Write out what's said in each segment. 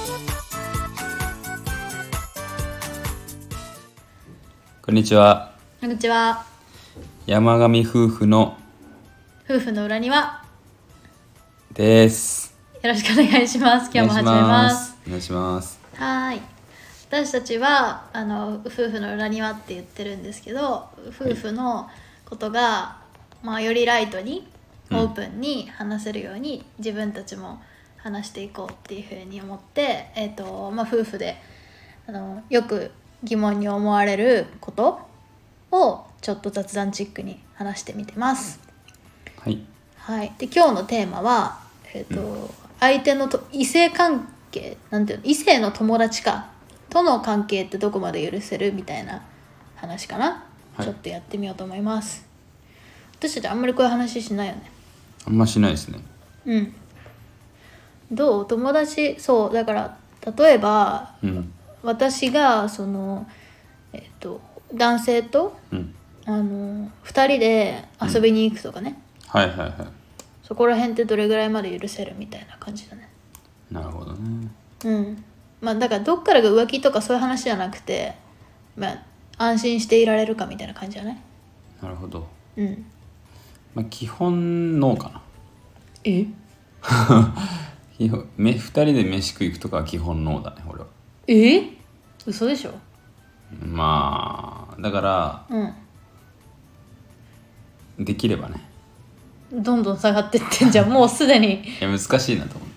こんにちは。 こんにちは。 山上夫婦の夫婦の裏庭です。 よろしくお願いします。今日も始めます。 お願いします。 はい。私たちは夫婦の裏庭って言ってるんですけど、夫婦のことが、よりライトにオープンに話せるように、自分たちも話していこうっていうふうに思って、夫婦でよく疑問に思われることをちょっと雑談チックに話してみてます。 はい。 はい。で今日のテーマは、相手の異性関係、なんていうの、異性の友達との関係ってどこまで許せるみたいな話かな、 はい、 ちょっとやってみようと思います。私たちあんまりこういう話しないよね。 あんましないですね。 うん。どう？友達、そうだから例えば、私がその男性と、2人で遊びに行くとかね、 はいはいはい。 そこら辺ってどれぐらいまで許せるみたいな感じだね。 なるほどね。 だからどっからが浮気とかそういう話じゃなくて、安心していられるかみたいな感じじゃない？ なるほど。基本ノーかな。2人で飯食い行くとかは基本ノーだね、俺は。 嘘でしょ。 だから、できればね。 どんどん下がってってんじゃんもうすでに。 難しいなと思って、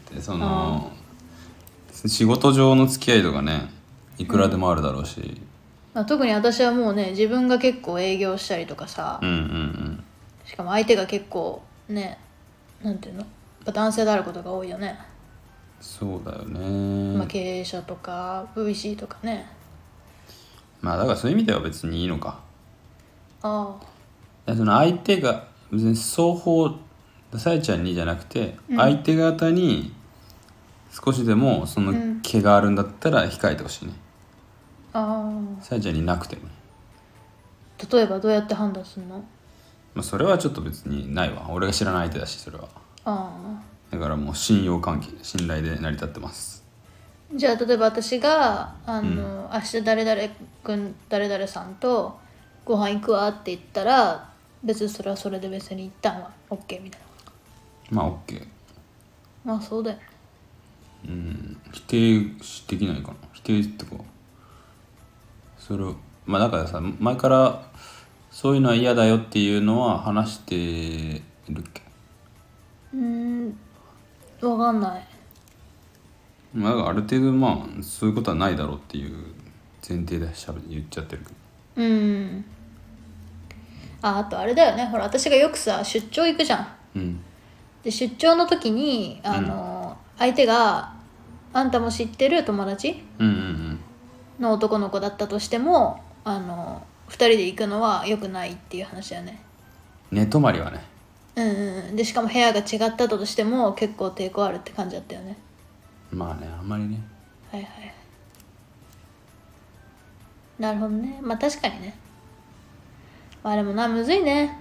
仕事上の付き合いとかね、いくらでもあるだろうし、 特に私はもうね、自分が結構営業したりとかさ、しかも相手が結構ね、なんていうの、やっぱ男性であることが多いよね。 そうだよね。 経営者とか VC とかね。 だからそういう意味では別にいいのか。 その相手が別に双方、さえちゃんにじゃなくて、相手方に少しでもその毛があるんだったら控えてほしいね。さえちゃんになくてもね。 例えばどうやって判断するの？ それはちょっと別にないわ。俺が知らない相手だし、それは。だからもう信用関係、信頼で成り立ってます。 じゃあ例えば私が明日誰々君誰々さんとご飯行くわって言ったら、別にそれはそれで別に一旦は OK みたいな。 OK。 そうだよね。 否定できないかな。否定ってか、それをだからさ、前からそういうのは嫌だよっていうのは話してるっけ？ わかんない。 だからある程度そういうことはないだろうっていう前提で言っちゃってるけど。 あとあれだよね、ほら私がよくさ出張行くじゃん。で出張の時に相手があんたも知ってる友達の男の子だったとしても、2人で行くのは良くないっていう話だよね。 寝泊まりはね。 でしかも部屋が違ったとしても結構抵抗あるって感じだったよね。 あんまりね。 なるほどね。確かにね。でもむずいね。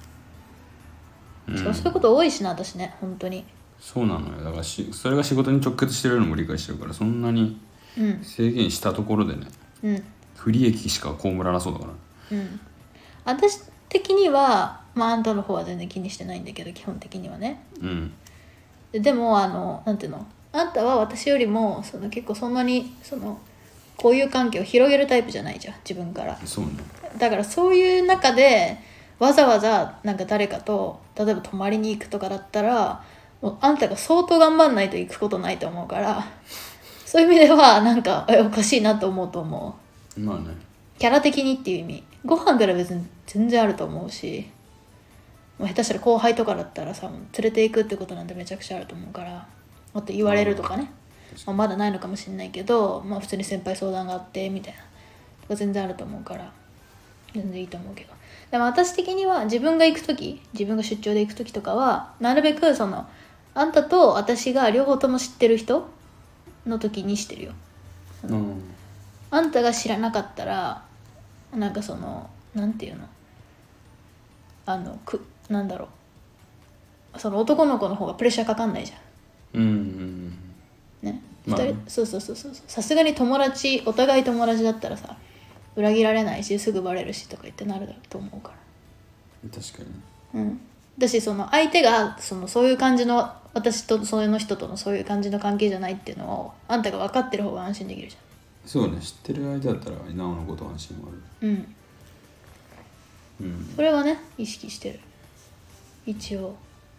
そういうこと多いしな、私ね、本当に。 そうなのよ。だからそれが仕事に直結してるのも理解してるから、そんなに制限したところでね、不利益しか被らなそうだから。 私的には、あんたの方は全然気にしてないんだけど、基本的にはね。でもなんていうの、あんたは私よりも結構そんなにこういう関係を広げるタイプじゃないじゃん、自分から。 そうね。 だからそういう中でわざわざなんか誰かと例えば泊まりに行くとかだったら、もうあんたが相当頑張んないと行くことないと思うから、そういう意味ではなんかおかしいなと思うと思う。キャラ的にっていう意味。ご飯から別に全然あると思うし、下手したら後輩とかだったらさ、連れて行くってことなんてめちゃくちゃあると思うから、もっと言われるとかね、まだないのかもしれないけど、普通に先輩相談があってみたいなとか全然あると思うから、全然いいと思うけど。でも私的には自分が出張で行く時とかは、なるべくあんたと私が両方とも知ってる人の時にしてるよ。あんたが知らなかったらなんかなんていうの、なんだろう、男の子の方がプレッシャーかかんないじゃん。ね。 まあねそうさすがに友達お互い友達だったらさ裏切られないしすぐバレるしとか言ってなるだろうと思うか確かにね。 ら。だしその相手がそういう感じの私とその人とのそういう感じの関係じゃないっていうのをあんたが分かってる方が安心できるじそうね、知ってる相手だったらなおのこと安心もある。 ゃん。それはね意識してる一応。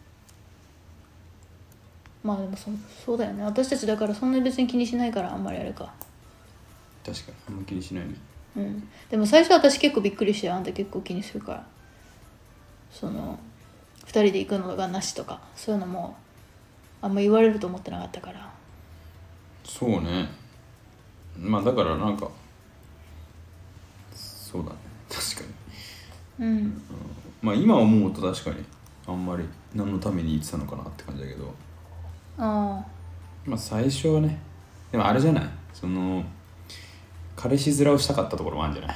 まあでもそうだよね。私たちだからそんなに別に気にしないからあんまりあれか。 確かにあんま気にしないね。 でも最初私結構びっくりして、あんた結構気にするから、2人で行くのがなしとかそういうのもあんま言われると思ってなかったから。 そうね。まあだからなんかそうだね、確かに。まあ今思うと確かにあんまり何のために言ってたのかなって感じだけど、まあ最初はね、でもあれじゃない、彼氏面をしたかったところもあるんじゃない、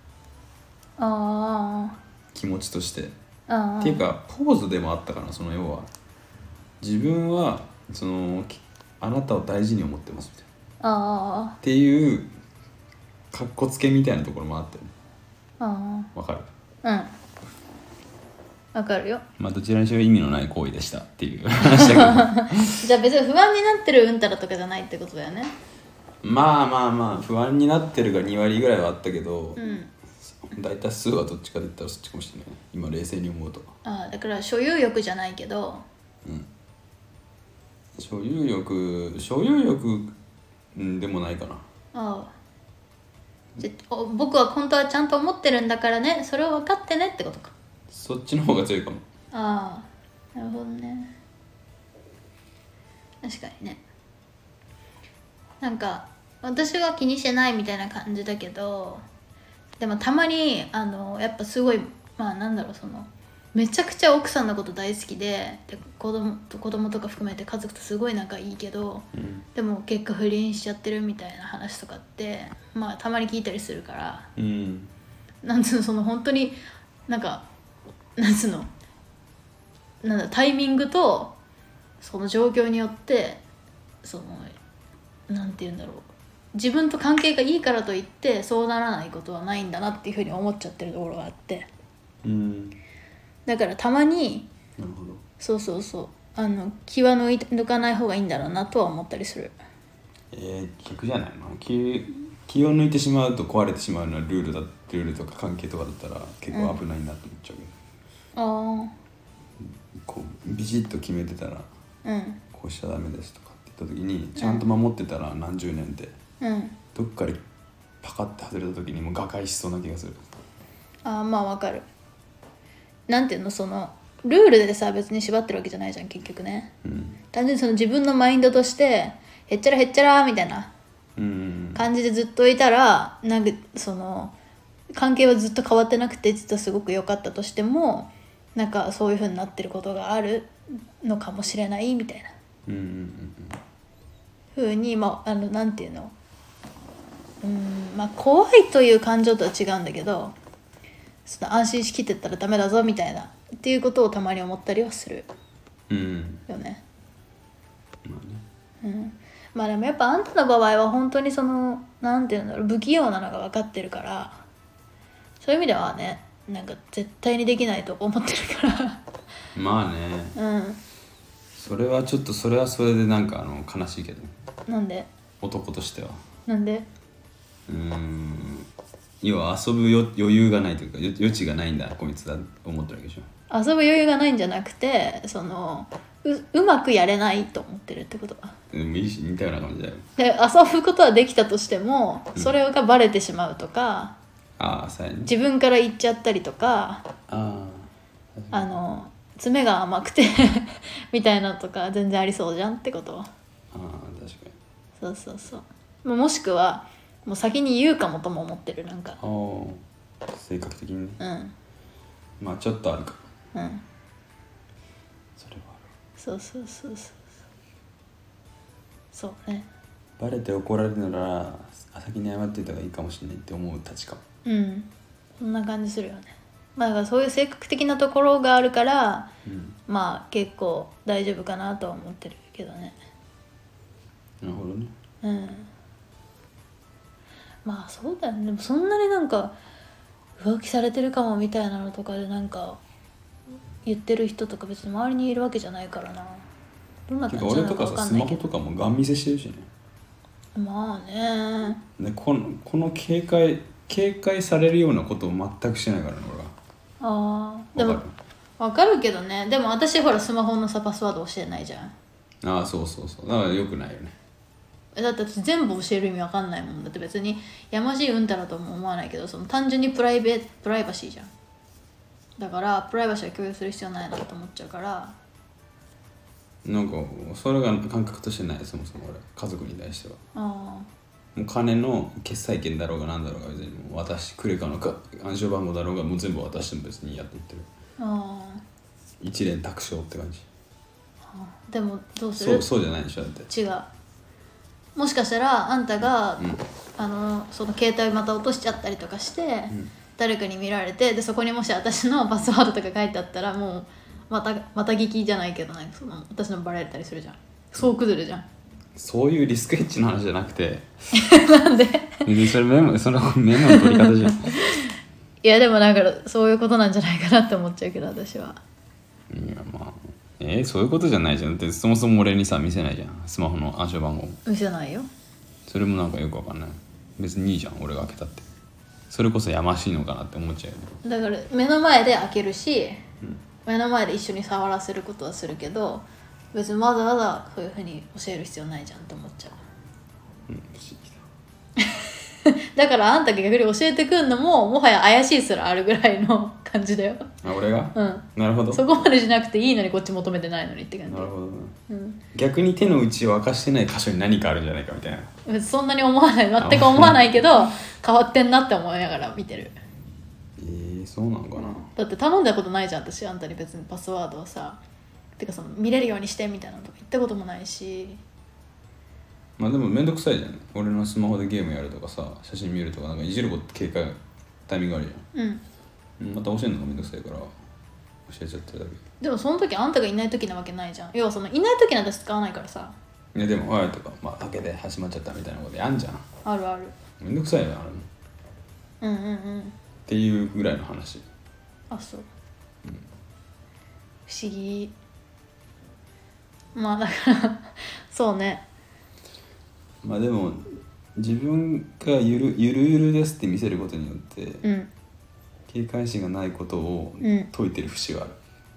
気持ちとして。っていうかポーズでもあったかな、要は自分はあなたを大事に思ってますみたいなっていうかっこつけみたいなところもあったよね。わかる？ わかるよ。 まあどちらにしろ意味のない行為でしたっていう話だけどじゃあ別に不安になってるうんたらとかじゃないってことだよね。 まあ不安になってるが2割ぐらいはあったけど、大多数はどっちかで言ったらそっちかもしれない、今冷静に思うと。 だから所有欲じゃないけど、 所有欲でもないかな。 僕は本当はちゃんと思ってるんだからね、それを分かってねってことか。 そっちの方が強いかも。 なるほどね。確かにね。なんか私は気にしてないみたいな感じだけど、でもたまにやっぱすごいめちゃくちゃ奥さんのこと大好きで子供とか含めて家族とすごい仲いいけど、でも結果不倫しちゃってるみたいな話とかってたまに聞いたりするから、本当にタイミングとその状況によってなんて言うんだろう、自分と関係がいいからといってそうならないことはないんだなっていうふうに思っちゃってるところがあって、だからたまになるほど。 気は抜かない方がいいんだろうなとは思ったりする。 逆じゃないの？気を抜いてしまうと壊れてしまうのはルールとか関係とかだったら結構危ないなって思っちゃうけど、こうビシッと決めてたら、こうしちゃダメですとかって言った時にちゃんと守ってたら何十年で、どっかでパカッて外れた時にもう瓦解しそうな気がする。 わかる。なんていうの、ルールでさ別に縛ってるわけじゃないじゃん結局ね。単純に自分のマインドとしてへっちゃらへっちゃらみたいな感じでずっといたら、関係はずっと変わってなくて実はすごく良かったとしてもそういう風になってることがあるのかもしれないみたいな風になんていうの、怖いという感情とは違うんだけど、安心しきってったらダメだぞみたいなっていうことをたまに思ったりはするよね。でもやっぱあんたの場合は本当になんていうんだろう、不器用なのが分かってるから、そういう意味ではね絶対にできないと思ってるからそれはちょっとそれはそれで悲しいけど。 なんで？ 男としてはなんで？ 要は遊ぶ余裕がないというか余地がないんだこいつだと思ってるわけでしょ。 遊ぶ余裕がないんじゃなくてうまくやれないと思ってるってことは。 似たような感じだよ。 で遊ぶことはできたとしてもそれがバレてしまうとか、自分から言っちゃったりとか、爪が甘くてみたいなとか全然ありそうじゃんってことは。 確かに。もしくはもう先に言うかもとも思ってる。 性格的にね。ちょっとあるか。それはある。 そうね。 バレて怒られるなら先に謝っていた方がいいかもしれないって思うたちかも。 そんな感じするよね。だからそういう性格的なところがあるから、結構大丈夫かなとは思ってるけどね。 なるほどね。 うんまあそうだよね。でもそんなになんか浮気されてるかもみたいなのとかでなんか言ってる人とか別に周りにいるわけじゃないからな。どんな感じなのか分俺とかさかんないけど。 スマホとかもガン見せしてるしね。 まあね。 でこの警戒されるようなことを全くしてないからね俺は。 ああでも分かるけどね。でも私ほらスマホのさパスワード教えないじゃん。 ああそうだからよくないよね。 だって私全部教える意味わかんないもん。だって別にやましいうんたらとも思わないけど、その単純にプライバシーじゃん。だからプライバシーは共有する必要ないなと思っちゃうから。 なんかそれが感覚としてない。そもそも俺家族に対してはあもう金の決済権だろうがなんだろうが別にもう私クレカの暗証番号だろうがもう全部渡しても別にいいやと思ってる。 あ一連卓勝って感じ。 でもどうする？ そうじゃないでしょだって。 違う。もしかしたらあんたが、 うんその携帯また落としちゃったりとかして、 ん誰かに見られて、でそこにもし私のパスワードとか書いてあったらもうまた聞きじゃないけど、なんかその私のバレたりするじゃん。そう崩るじゃん。 そういうリスクヘッジの話じゃなくてなんでそれメモの取り方じゃん。 いやでもなんかそういうことなんじゃないかなって思っちゃうけど私は。 いやまあそういうことじゃないじゃん。だってそもそも俺にさ見せないじゃんスマホの暗証番号。 見せないよ。 それもなんかよくわかんない。別にいいじゃん俺が開けたって。それこそやましいのかなって思っちゃうよね。 だから目の前で開けるし、目の前で一緒に触らせることはするけど、別にわざわざそういうふうに教える必要ないじゃんって思っちゃう。 不思議だからあんたが逆に教えてくんのももはや怪しいすらあるぐらいの感じだよ。 だ。あ俺がうんなるほど。 そこまでしなくていいのにこっち求めてないのにって感じ。 なるほどね。 うん逆に手の内を明かしてない箇所に何かあるんじゃないかみたいな。 別にそんなに思わない、全く思わないけど変わってんなって思いながら見てる。 そうなのかな。 だって頼んだことないじゃん私、あんたに別にパスワードをさ、てかその見れるようにしてみたいなのとか言ったこともないし。 まあでもめんどくさいじゃん。俺のスマホでゲームやるとかさ写真見るとかなんかいじること警戒タイミングあるじゃん。また教えるのがめんどくさいから教えちゃってるだけ。 でもその時あんたがいない時なわけないじゃん。要はそのいない時なんて使わないからさ。 いやでも「おい」とか「まあ竹で始まっちゃった」みたいなことやんじゃん。 あるある。 めんどくさいよねあれも。っていうぐらいの話。 あそう、不思議。まあだからそうね。 まあでも自分がゆるですって見せることによって警戒心がないことを解いてる節がある。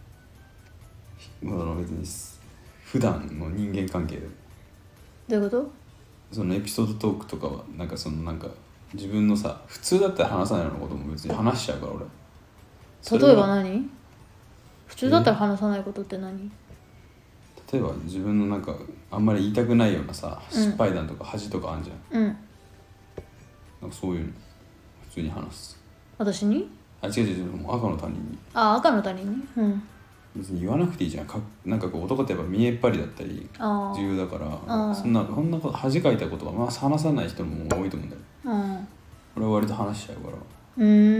別に普段の人間関係でどういうこと？ そのエピソードトークとかはなんか自分のさ普通だったら話さないようなことも別に話しちゃうから俺。 例えば何？普通だったら話さないことって何？ 例えば自分のなんかあんまり言いたくないようなさ失敗談とか恥とかあんじゃん。なんかそういうの普通に話す。 私に？ 違うもう赤の他人に。 赤の他人に？ 別に言わなくていいじゃん。なんかこう男ってやっぱ見えっ張りだったり自由だからそんなこと恥かいたことはまあ話さない人も多いと思うんだよ。俺は割と話しちゃうから。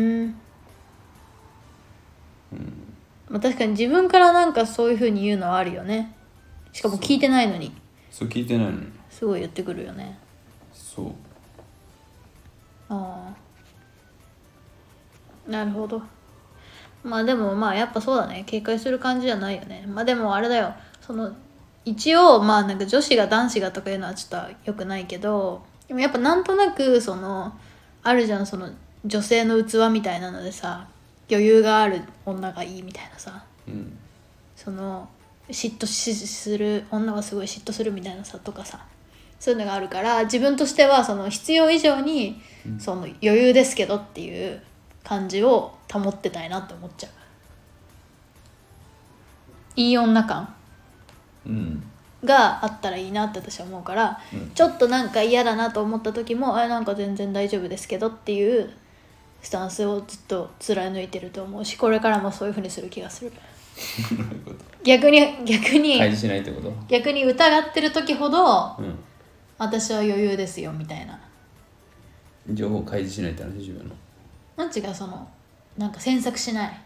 まあ、確かに自分からなんかそういう風に言うのはあるよね。しかも聞いてないのにそう聞いてないのにすごい言ってくるよね。 そうなるほど。まあでもまあやっぱそうだね、警戒する感じじゃないよね。まあでもあれだよ、その一応まあなんか女子が男子がとかいうのはちょっと良くないけど、でもやっぱなんとなくそのあるじゃん、その女性の器みたいなのでさ、余裕がある女がいいみたいなさ、その嫉妬する女はすごい嫉妬するみたいなさとかさ、そういうのがあるから自分としてはその必要以上にその余裕ですけどっていう感じを保ってたいなって思っちゃう。いい女感があったらいいなって私は思うから、ちょっとなんか嫌だなと思った時もなんか全然大丈夫ですけどっていうスタンスをずっと貫いてると思うし、これからもそういう風にする気がする。逆に開示しないってこと？ 逆に疑ってる時ほど、私は余裕ですよみたいな情報開示しないって話自分のなんちがそのなんか詮索しない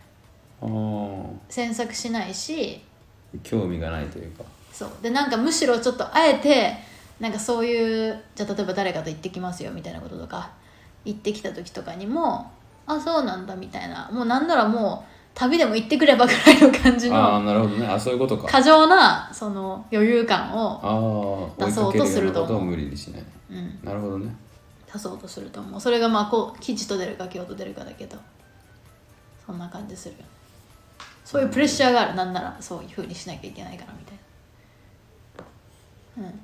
し、 興味がないというか、 そうでなんかむしろちょっとあえてなんかそういうじゃあ例えば誰かと行ってきますよみたいなこととか行ってきた時とかにもあそうなんだみたいな、もうなんならもう旅でも行ってくればぐらいの感じああのなるほどね。あそういうことか。 過剰なその余裕感をああ出そうとすると思う追いかけるようなことを無理にしない。なるほどね。 出そうとすると思う。それがまあこう吉と出るか凶と出るかだけど、そんな感じするよね。そういうプレッシャーがある、なんならそういう風にしなきゃいけないからみたいな。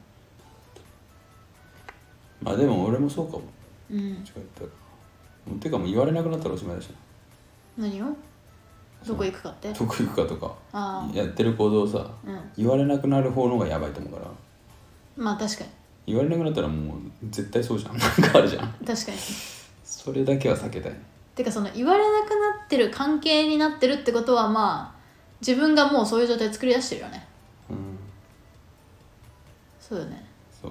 まあでも俺もそうかも。 うん違ったらもうてかもう言われなくなったらおしまいだしな。 何をどこ行くかって、 どこ行くかとかあやってる行動をさ、言われなくなる方のがやばいと思うから。 まあ確かに言われなくなったらもう絶対そうじゃん。なんかあるじゃん。 確かに。 それだけは避けたい。 てかその言われなくなってる関係になってるってことはまあ自分がもうそういう状態作り出してるよね。そうよね。 そう。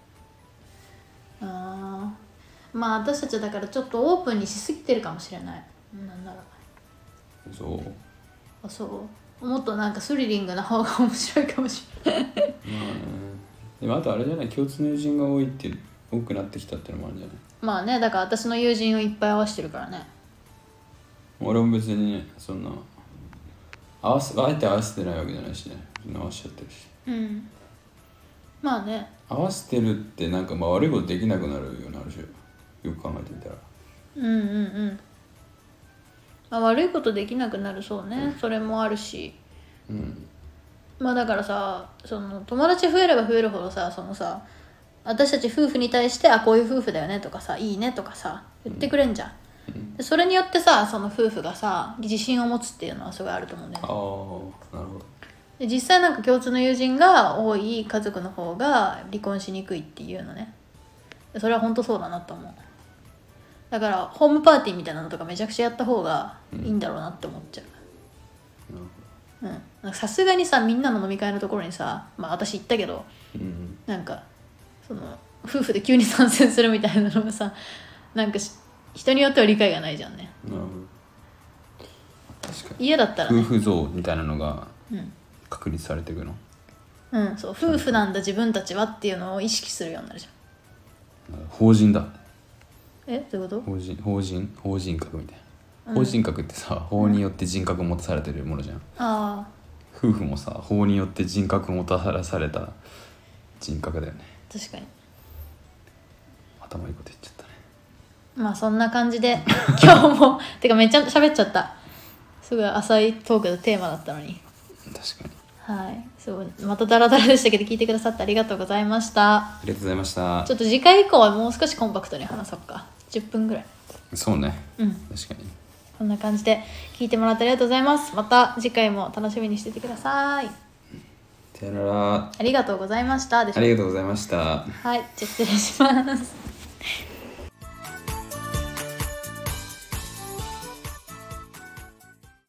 ああ、まあ私たちはだからちょっとオープンにしすぎてるかもしれない。なんならそうあそうもっとなんかスリリングな方が面白いかもしれないまあね。でもあとあれじゃない、共通の友人が多くなってきたってのもあるんじゃない。 まあね、だから私の友人をいっぱい合わせてるからね。 俺も別にねそんなあえて合わせてないわけじゃないしね。合わせちゃってるし。 まあね。 合わせてるってなんかまあ悪いことできなくなるようなあるし、よく考えてみたら。 まあ、悪いことできなくなる、そうね、それもあるし。まあだからさ、その友達増えれば増えるほどさ、そのさ私たち夫婦に対してこういう夫婦だよねとかさ、いいねとかさ言ってくれんじゃん、でそれによってさその夫婦がさ自信を持つっていうのはすごいあると思うんだよね。 なるほど。 で実際なんか共通の友人が多い家族の方が離婚しにくいっていうのね。でそれは本当そうだなと思う。だからホームパーティーみたいなのとかめちゃくちゃやった方がいいんだろうなって思っちゃう。さすがにさみんなの飲み会のところにさ、まあ私行ったけど、なんかその夫婦で急に参戦するみたいなのがさ、なんか人によっては理解がないじゃんね。 なるほど。確かに家だったらね、 夫婦像みたいなのが確立されていくの。 そう夫婦なんだ自分たちはっていうのを意識するようになるじゃん。 法人だ。 どういうこと？ 法人格みたいな。法人格ってさ、法によって人格を持たされてるものじゃん。夫婦もさ、法によって人格を持たされた人格だよね。 確かに。 頭いいこと言っちゃったね。 まあそんな感じで今日もてかめっちゃ喋っちゃった。すごい浅いトークのテーマだったのに。 確かに。 はい、そうまたダラダラでしたけど聞いてくださってありがとうございました。 ありがとうございました。 ちょっと次回以降はもう少しコンパクトに話そうか。10分ぐらい。 そうね。確かに。 こんな感じで聞いてもらってありがとうございます。また次回も楽しみにしててください。 さよなら。 ありがとうございました。 ありがとうございました。 はい、じゃあ失礼します。